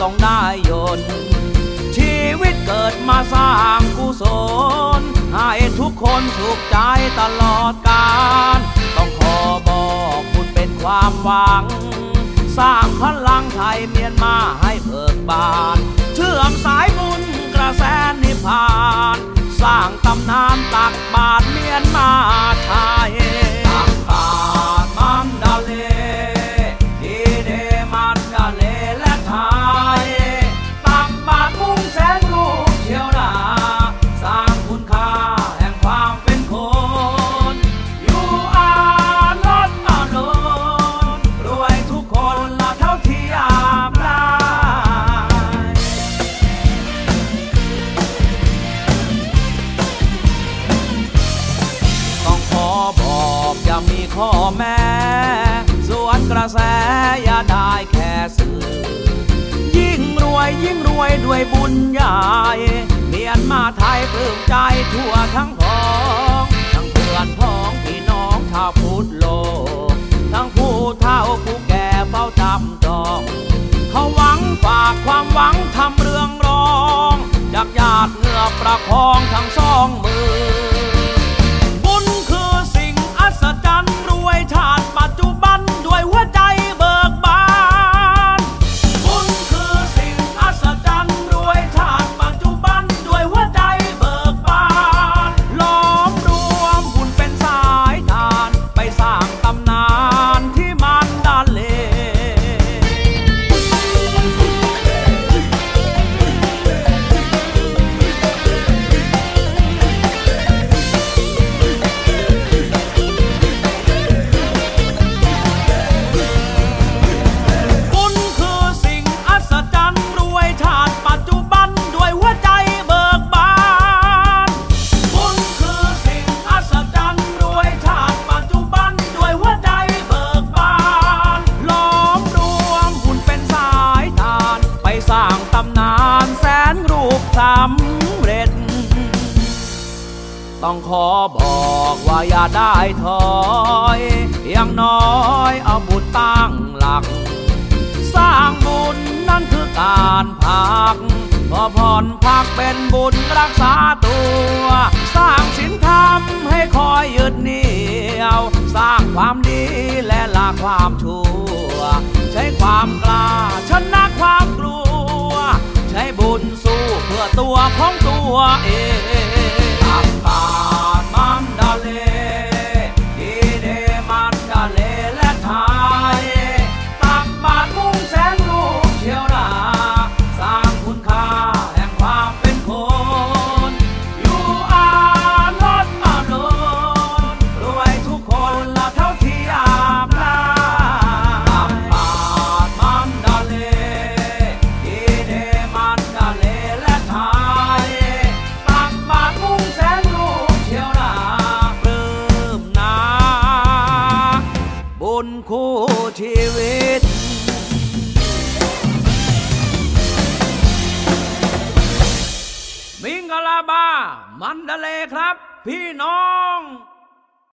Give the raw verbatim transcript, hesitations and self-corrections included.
ต้องได้ยนชีวิตเกิดมาสร้างกุศลให้ทุกคนสุขใจตลอดกาลต้องขอบอกบุญเป็นความหวังสร้างพลังไทยเมียนมาให้เบิกบานเชื่อมสายบุญกระแสนิพพานสร้างตำนานตักบาตรเมียนมาไทยตักบาตรมันดาเลดีเดมันดาเลและไทยตักบาตรมุ่งแสนรูปเชียวนาสร้างคุณค่าแห่งความเป็นคนอยู่อาลดอาลนรวยทุกคนละเท่าที่อาบได้บอกอย่ามีข้อแม้ส่วนกระแสอย่าได้แค่สื่อยิ่งรวยยิ่งรวยด้วยบุญใหญ่เมียนมาไทยปลื้มใจทั่วทั้งพ้องทั้งเพื่อนพ้องพี่น้องชาวพุทธโลกทั้งผู้เฒ่าผู้แก่เฝ้าจำจองเขาหวังฝากความหวังทำเรื่องรองจากญาติเหงื่อประคองทั้งสองมืออัศจรรย์รวยชาติปัจจุบันด้วยหัวใจเบิกบานบุญคือสิ่งอัศจรรย์รวยชาติปัจจุบันด้วยหัวใจเบิกบานล้อมรวมบุญเป็นสายทานไปสร้างตำนานที่มันดาเลสำเร็จต้องขอบอกว่าอย่าได้ถอยอย่างน้อยเอาบุญตั้งหลักสร้างบุญนั่นคือการพักพอผ่อนพักเป็นบุญรักษาตัวสร้างศีลธรรมให้คอยยึดเหนี่ยวสร้างความดีและละความชั่วใช้ความกล้าชนะความกลัวใช้บุญสู้เพื่อตัวของตัวเองตักบาตรมันดาเลดีเดมันดาเลและไทยตักบาตรมุ่งแสนรูปเชียวนาสร้างคุณค่าแห่งความเป็นคนอยู่อาลดอาลนรวยทุกคนละเท่าที่อาบได้ตักบาตรมันดาเลดีเดมันดาเลและไทยตักบาตรมุ่งแสนรูปเชียวนาปลื้มนาบุญคู่ชีวิตมิงกะลาบามันดาเลครับพี่น้อง